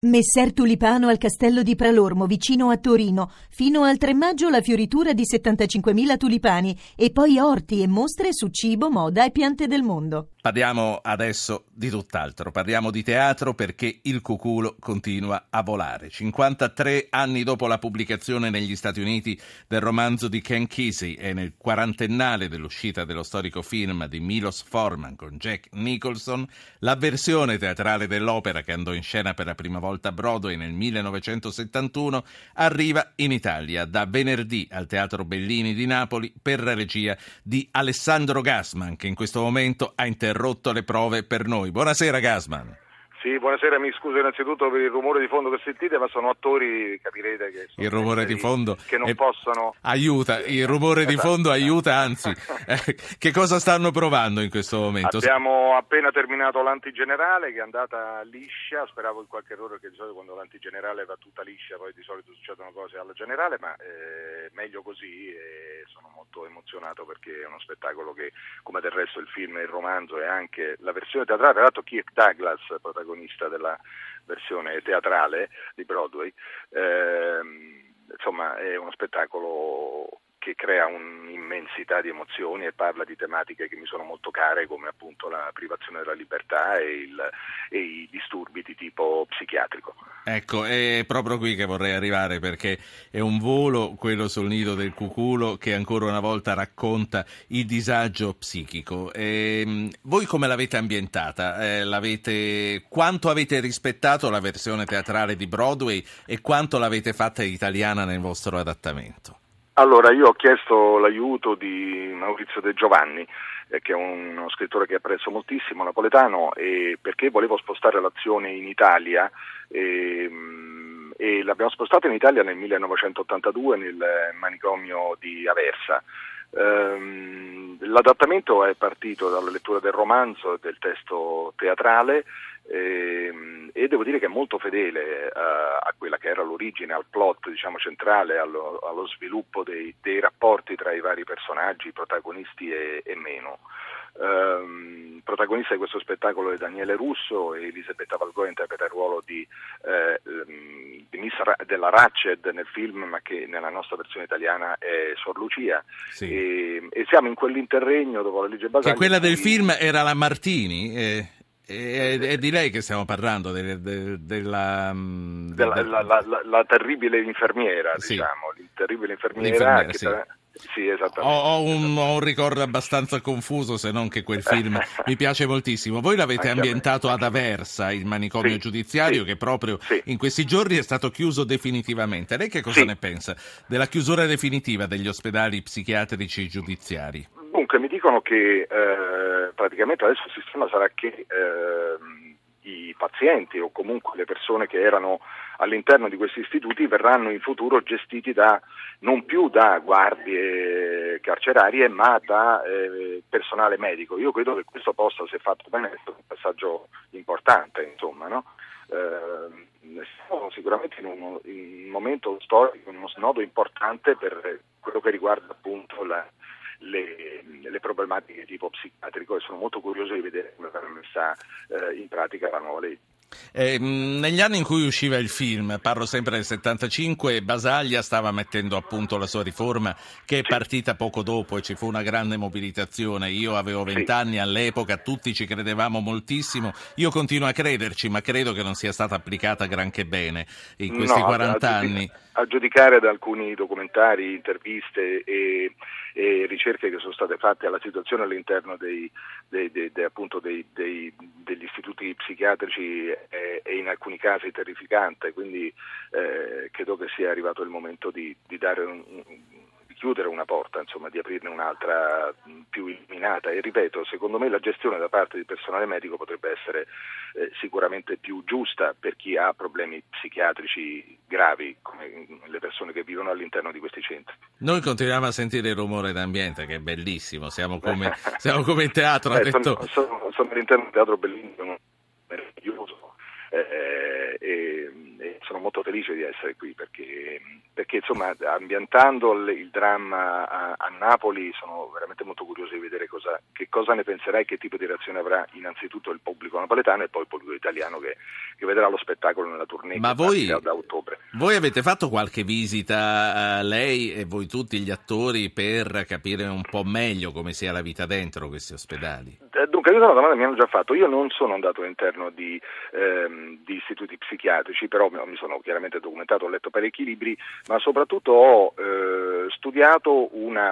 Messer Tulipano al castello di Pralormo, vicino a Torino. Fino al 3 maggio la fioritura di 75.000 tulipani e poi orti e mostre su cibo, moda e piante del mondo. Parliamo adesso di tutt'altro, parliamo di teatro perché il cuculo continua a volare. 53 anni dopo la pubblicazione negli Stati Uniti del romanzo di Ken Kesey e nel quarantennale dell'uscita dello storico film di Milos Forman con Jack Nicholson, la versione teatrale dell'opera che andò in scena per la prima volta a Broadway nel 1971 arriva in Italia da venerdì al Teatro Bellini di Napoli per la regia di Alessandro Gassman, che in questo momento ha interrotto le prove per noi. Buonasera Gassman. Sì, buonasera, mi scuso innanzitutto per il rumore di fondo che sentite, ma sono attori, capirete che sono il rumore di fondo che non possono... Aiuta, il rumore di fondo aiuta, anzi. Che cosa stanno provando in questo momento? Abbiamo appena terminato l'antigenerale che è andata liscia, speravo in qualche errore, che di solito quando l'antigenerale va tutta liscia poi di solito succedono cose alla generale, ma meglio così, e sono molto emozionato perché è uno spettacolo che, come del resto il film e il romanzo e anche la versione teatrale, tra l'altro Kirk Douglas, protagonista della versione teatrale di Broadway, insomma è uno spettacolo che crea un'immensità di emozioni e parla di tematiche che mi sono molto care, come appunto la privazione della libertà e i disturbi di tipo psichiatrico. Ecco, è proprio qui che vorrei arrivare, perché è un volo, quello sul nido del cuculo, che ancora una volta racconta il disagio psichico. Voi come l'avete ambientata? Quanto avete rispettato la versione teatrale di Broadway e quanto l'avete fatta italiana nel vostro adattamento? Allora, io ho chiesto l'aiuto di Maurizio De Giovanni, che è uno scrittore che apprezzo moltissimo, napoletano, perché volevo spostare l'azione in Italia, e l'abbiamo spostata in Italia nel 1982 nel manicomio di Aversa. L'adattamento è partito dalla lettura del romanzo e del testo teatrale, e devo dire che è molto fedele a quella che era l'origine, al plot, diciamo, centrale, allo sviluppo dei rapporti tra i vari personaggi, protagonisti e meno. Protagonista di questo spettacolo è Daniele Russo e Elisabetta Valgò interpreta il ruolo di Miss della Ratched nel film, ma che nella nostra versione italiana è Sor Lucia. Sì. E siamo in quell'interregno dopo la legge Basaglia. Che quella del film era la Martini? È di lei che stiamo parlando, la terribile infermiera, sì. Diciamo, la terribile infermiera che sì. Sì, esattamente. Ho un ricordo abbastanza confuso, se non che quel film mi piace moltissimo. Voi l'avete ambientato ad Aversa, il manicomio giudiziario, che proprio in questi giorni è stato chiuso definitivamente. Lei che cosa ne pensa della chiusura definitiva degli ospedali psichiatrici giudiziari? Dunque, mi dicono che praticamente adesso il sistema sarà che i pazienti o comunque le persone che erano all'interno di questi istituti verranno in futuro gestiti non più da guardie carcerarie, ma da personale medico. Io credo che questo possa, se fatto bene, essere un passaggio importante, insomma, no? Siamo sicuramente in un momento storico, in uno snodo importante per quello che riguarda appunto le problematiche di tipo psichiatrico, e sono molto curioso di vedere come verrà messa in pratica la nuova legge. Negli anni in cui usciva il film, parlo sempre del 75, Basaglia stava mettendo a punto la sua riforma, che è partita poco dopo e ci fu una grande mobilitazione. Io avevo 20 anni all'epoca, tutti ci credevamo moltissimo, io continuo a crederci, ma credo che non sia stata applicata granché bene in questi 40 anni. A giudicare da alcuni documentari, interviste e ricerche che sono state fatte alla situazione all'interno degli istituti psichiatrici è in alcuni casi terrificante, quindi credo che sia arrivato il momento di dare di chiudere una porta, insomma, di aprirne un'altra più illuminata, e ripeto, secondo me la gestione da parte del personale medico potrebbe essere sicuramente più giusta per chi ha problemi psichiatrici gravi, come le persone che vivono all'interno di questi centri. Noi continuiamo a sentire il rumore d'ambiente, che è bellissimo, siamo come in teatro. Sono all'interno del Teatro Bellini, meraviglioso, e sono molto felice di essere qui perché insomma, ambientando il dramma a Napoli sono veramente veramente molto curioso di vedere che cosa ne penserà e che tipo di reazione avrà innanzitutto il pubblico napoletano e poi il pubblico italiano che vedrà lo spettacolo nella tournée che partirà da ottobre. Voi avete fatto qualche visita, lei e voi tutti gli attori, per capire un po' meglio come sia la vita dentro questi ospedali? Dunque, questa è una domanda che mi hanno già fatto. Io non sono andato all'interno di istituti psichiatrici, però mi sono chiaramente documentato, ho letto parecchi libri, ma soprattutto ho studiato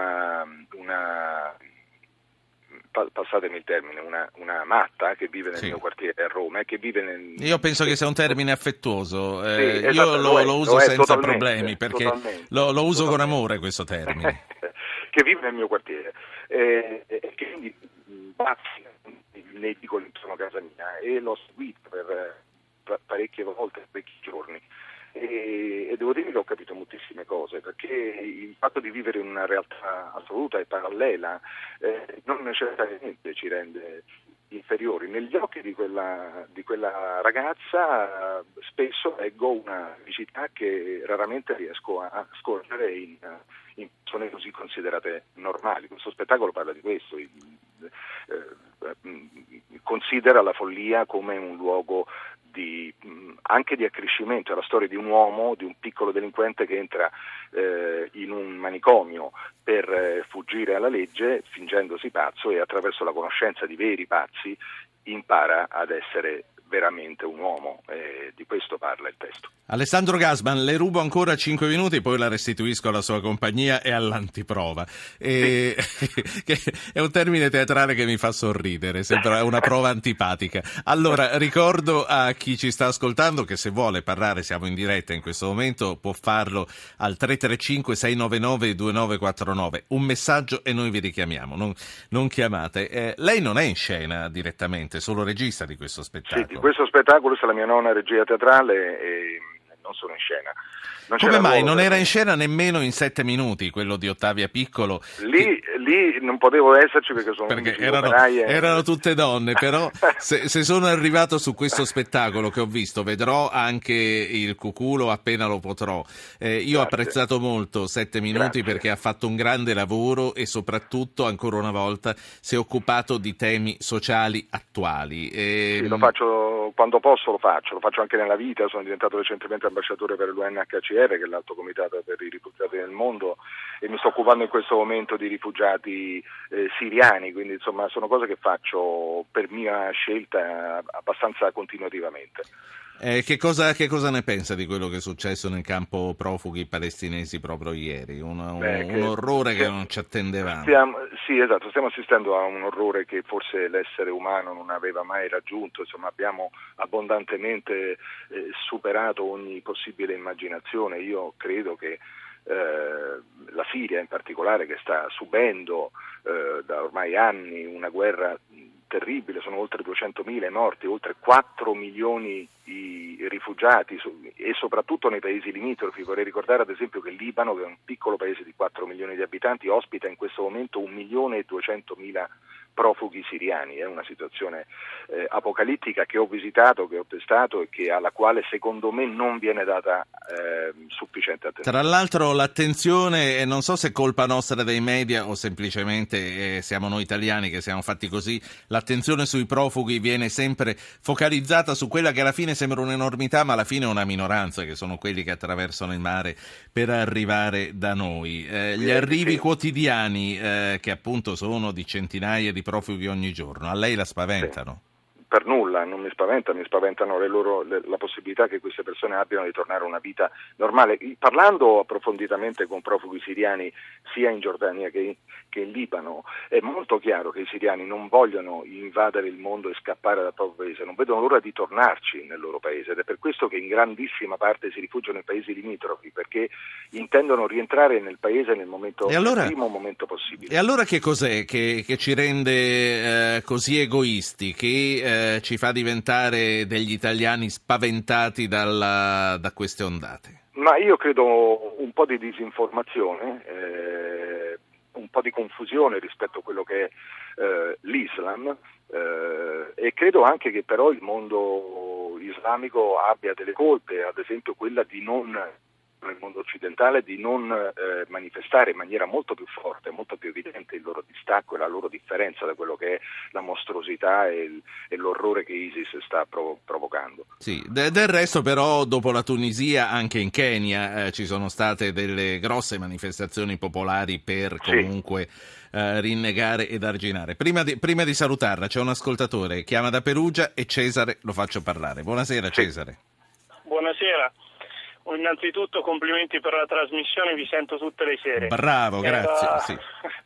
passatemi il termine, una matta che vive nel mio quartiere a Roma e che vive Io penso che sia un termine affettuoso, sì, io lo uso senza problemi, perché lo uso con amore questo termine. Che vive nel mio quartiere e quindi nei piccoli intorno a casa mia, e l'ho seguito per parecchie volte, parecchi giorni. E devo dire che ho capito moltissime cose, perché il fatto di vivere in una realtà assoluta e parallela non necessariamente ci rende inferiori. Negli occhi di quella ragazza spesso leggo una felicità che raramente riesco a scorgere in persone così considerate normali. Questo spettacolo parla di questo, considera la follia come un luogo anche di accrescimento. È la storia di un uomo, di un piccolo delinquente che entra in un manicomio per fuggire alla legge fingendosi pazzo, e attraverso la conoscenza di veri pazzi impara ad essere veramente un uomo, di questo parla il testo. Alessandro Gassman, le rubo ancora 5 minuti, poi la restituisco alla sua compagnia e all'antiprova. Che è un termine teatrale che mi fa sorridere, sembra una prova antipatica. Allora, ricordo a chi ci sta ascoltando che se vuole parlare, siamo in diretta in questo momento, può farlo al 335-699-2949. Un messaggio e noi vi richiamiamo, non chiamate. Lei non è in scena direttamente, solo regista di questo spettacolo. Sì, di questo spettacolo è la mia nona regia teatrale e non sono in scena. Come mai? Non era in scena nemmeno in 7 minuti, quello di Ottavia Piccolo? Lì non potevo esserci perché erano tutte donne, però se sono arrivato su questo spettacolo che ho visto, vedrò anche il Cuculo appena lo potrò. Io ho apprezzato molto 7 minuti perché ha fatto un grande lavoro e soprattutto, ancora una volta, si è occupato di temi sociali attuali. Sì, lo faccio quando posso, lo faccio anche nella vita. Sono diventato recentemente ambasciatore per l'UNHCR, che è l'Alto Comitato per i Rifugiati nel Mondo, e mi sto occupando in questo momento di rifugiati siriani, quindi insomma sono cose che faccio per mia scelta abbastanza continuativamente. Che cosa ne pensa di quello che è successo nel campo profughi palestinesi proprio ieri? Un orrore che non ci attendevamo. Sì, esatto, stiamo assistendo a un orrore che forse l'essere umano non aveva mai raggiunto. Insomma, abbiamo abbondantemente superato ogni possibile immaginazione. Io credo che la Siria in particolare, che sta subendo da ormai anni una guerra terribile, sono oltre 200.000 morti, oltre 4 milioni di rifugiati e soprattutto nei paesi limitrofi. Vorrei ricordare ad esempio che il Libano, che è un piccolo paese di 4 milioni di abitanti, ospita in questo momento 1.200.000 profughi siriani. È una situazione apocalittica che ho visitato, che ho testato e alla quale secondo me non viene data sufficiente attenzione. Tra l'altro l'attenzione, non so se è colpa nostra dei media o semplicemente siamo noi italiani che siamo fatti così, l'attenzione sui profughi viene sempre focalizzata su quella che alla fine sembra un'enormità, ma alla fine è una minoranza, che sono quelli che attraversano il mare per arrivare da noi. Gli arrivi quotidiani, che appunto sono di centinaia di profughi ogni giorno, a lei la spaventano? Per nulla, non mi spaventano la possibilità che queste persone abbiano di tornare a una vita normale. Parlando approfonditamente con profughi siriani sia in Giordania che in Libano, è molto chiaro che i siriani non vogliono invadere il mondo e scappare dal proprio paese, non vedono l'ora di tornarci nel loro paese, ed è per questo che in grandissima parte si rifugiano in paesi limitrofi, perché intendono rientrare nel paese nel primo momento possibile. E allora che cos'è che ci rende così egoisti, che ci fa diventare degli italiani spaventati da queste ondate? Ma io credo un po' di disinformazione, un po' di confusione rispetto a quello che è l'Islam, e credo anche che però il mondo islamico abbia delle colpe, ad esempio quella di non nel mondo occidentale di non manifestare in maniera molto più forte, molto più evidente il loro distacco e la loro differenza da quello che è la mostruosità e l'orrore che ISIS sta provocando. Sì, del resto però dopo la Tunisia anche in Kenya ci sono state delle grosse manifestazioni popolari per comunque rinnegare ed arginare. Prima di salutarla c'è un ascoltatore, chiama da Perugia e Cesare lo faccio parlare. Buonasera Cesare. Buonasera. Innanzitutto complimenti per la trasmissione, vi sento tutte le sere. Bravo, grazie. Sì.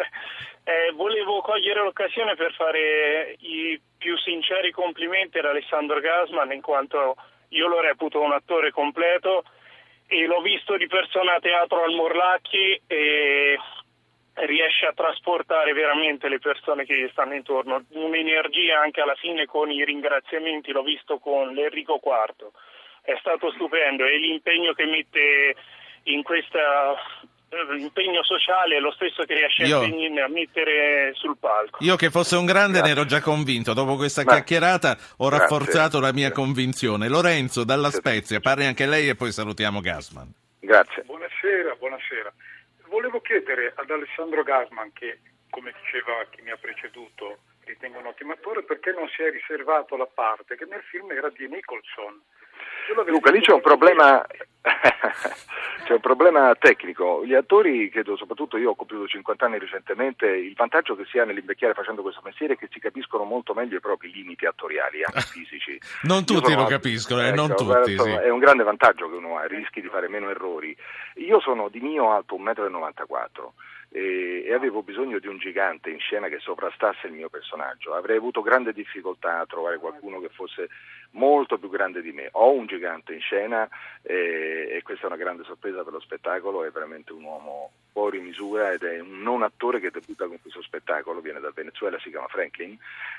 Volevo cogliere l'occasione per fare i più sinceri complimenti ad Alessandro Gasman, in quanto io lo reputo un attore completo e l'ho visto di persona a teatro al Morlacchi e riesce a trasportare veramente le persone che gli stanno intorno. Un'energia anche alla fine con i ringraziamenti, l'ho visto con l'Enrico IV. È stato stupendo e l'impegno che mette in questa impegno sociale è lo stesso che riesce a mettere sul palco. Io che fosse un grande ne ero già convinto, dopo questa chiacchierata ho rafforzato la mia convinzione. Lorenzo dalla Spezia, parli anche lei e poi salutiamo Gasman. Grazie. Buonasera. Volevo chiedere ad Alessandro Gasman, che come diceva chi mi ha preceduto ritengo un ottimo attore, perché non si è riservato la parte che nel film era di Nicholson. Luca, lì c'è un problema c'è un problema tecnico. Gli attori, credo, soprattutto io ho compiuto 50 anni recentemente, il vantaggio che si ha nell'invecchiare facendo questo mestiere è che si capiscono molto meglio i propri limiti attoriali, anche fisici. Non tutti lo capiscono, non tutti. Sì. È un grande vantaggio che uno ha, rischi di fare meno errori. Io sono di mio alto 1,94 m. E avevo bisogno di un gigante in scena che sovrastasse il mio personaggio. Avrei avuto grande difficoltà a trovare qualcuno che fosse molto più grande di me. Ho un gigante in scena e questa è una grande sorpresa per lo spettacolo. È veramente un uomo fuori misura ed è un non attore che debutta con questo spettacolo, viene dal Venezuela, si chiama Franklin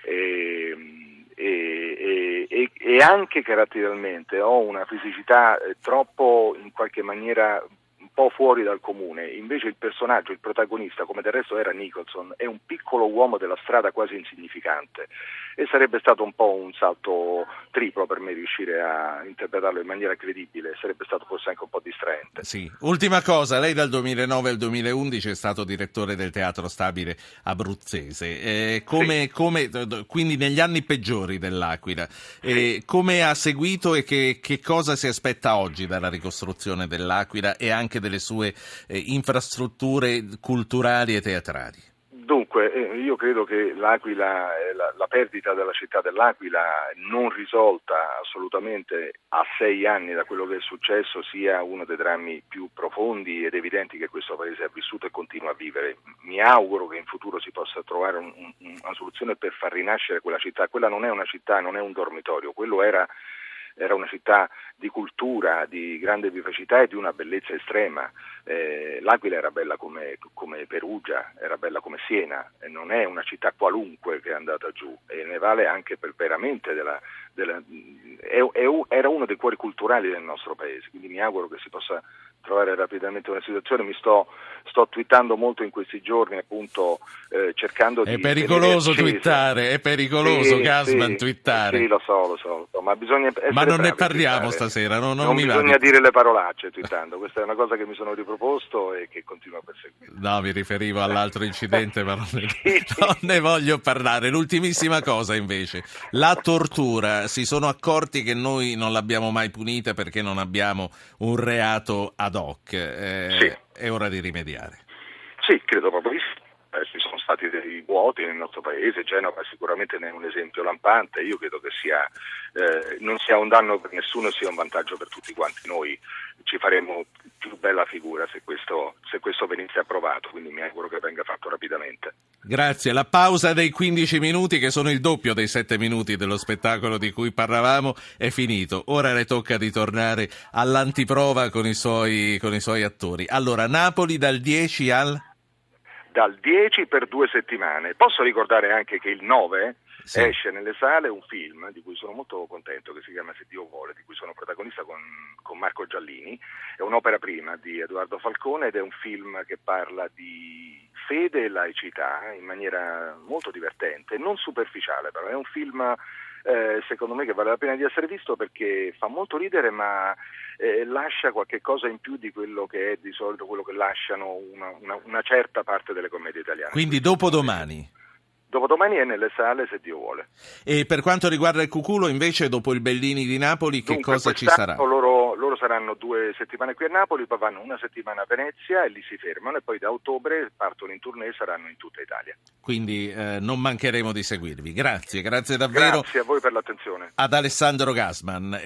e anche caratterialmente ho una fisicità troppo, in qualche maniera, un po' fuori dal comune. Invece il personaggio, il protagonista, come del resto era Nicholson, è un piccolo uomo della strada quasi insignificante e sarebbe stato un po' un salto triplo per me riuscire a interpretarlo in maniera credibile, sarebbe stato forse anche un po' distraente. Sì. Ultima cosa, lei dal 2009 al 2011 è stato direttore del Teatro Stabile abruzzese, quindi negli anni peggiori dell'Aquila. Come ha seguito e che cosa si aspetta oggi dalla ricostruzione dell'Aquila e anche delle sue infrastrutture culturali e teatrali? Dunque, io credo che l'Aquila, la perdita della città dell'Aquila non risolta assolutamente a 6 anni da quello che è successo sia uno dei drammi più profondi ed evidenti che questo paese ha vissuto e continua a vivere. Mi auguro che in futuro si possa trovare una soluzione per far rinascere quella città. Quella non è una città, non è un dormitorio, quello era una città di cultura, di grande vivacità e di una bellezza estrema. L'Aquila era bella come Perugia, era bella come Siena, e non è una città qualunque che è andata giù, e ne vale anche per veramente era uno dei cuori culturali del nostro paese, quindi mi auguro che si possa trovare rapidamente una situazione. Mi sto twittando molto in questi giorni, appunto, cercando di... È pericoloso twittare, è pericoloso, Gasman, twittare. Sì, lo so, ma bisogna essere Ma non ne bravi parliamo stasera, non mi va. Bisogna dire le parolacce twittando, questa è una cosa che mi sono riproposto e che continuo a perseguire. No, mi riferivo all'altro incidente, ma non ne voglio parlare. L'ultimissima cosa invece, la tortura, si sono accorti che noi non l'abbiamo mai punita perché non abbiamo un reato ad hoc, sì. È ora di rimediare. Sì, credo proprio di sì. Ci sono stati dei vuoti nel nostro paese, Genova sicuramente ne è un esempio lampante. Io credo che non sia un danno per nessuno, sia un vantaggio per tutti quanti. Noi ci faremo più bella figura se questo venisse approvato, quindi mi auguro che venga fatto rapidamente. Grazie. La pausa dei 15 minuti, che sono il doppio dei 7 minuti dello spettacolo di cui parlavamo, è finito. Ora le tocca di tornare all'antiprova con i suoi attori. Allora, Napoli dal 10 dal 10 per 2 settimane. Posso ricordare anche che il 9 esce nelle sale un film di cui sono molto contento, che si chiama Se Dio vuole, di cui sono protagonista con Marco Giallini. È un'opera prima di Edoardo Falcone ed è un film che parla di fede e laicità in maniera molto divertente, non superficiale, però è un film secondo me che vale la pena di essere visto, perché fa molto ridere, ma lascia qualche cosa in più di quello che è di solito quello che lasciano una certa parte delle commedie italiane. Quindi dopodomani? Dopodomani è nelle sale, se Dio vuole. E per quanto riguarda il Cuculo, invece, dopo il Bellini di Napoli, che Dunque, cosa ci sarà? Loro saranno 2 settimane qui a Napoli, poi vanno una settimana a Venezia e lì si fermano, e poi da ottobre partono in tournée e saranno in tutta Italia. Quindi non mancheremo di seguirvi. Grazie davvero. Grazie a voi per l'attenzione. Ad Alessandro Gassman.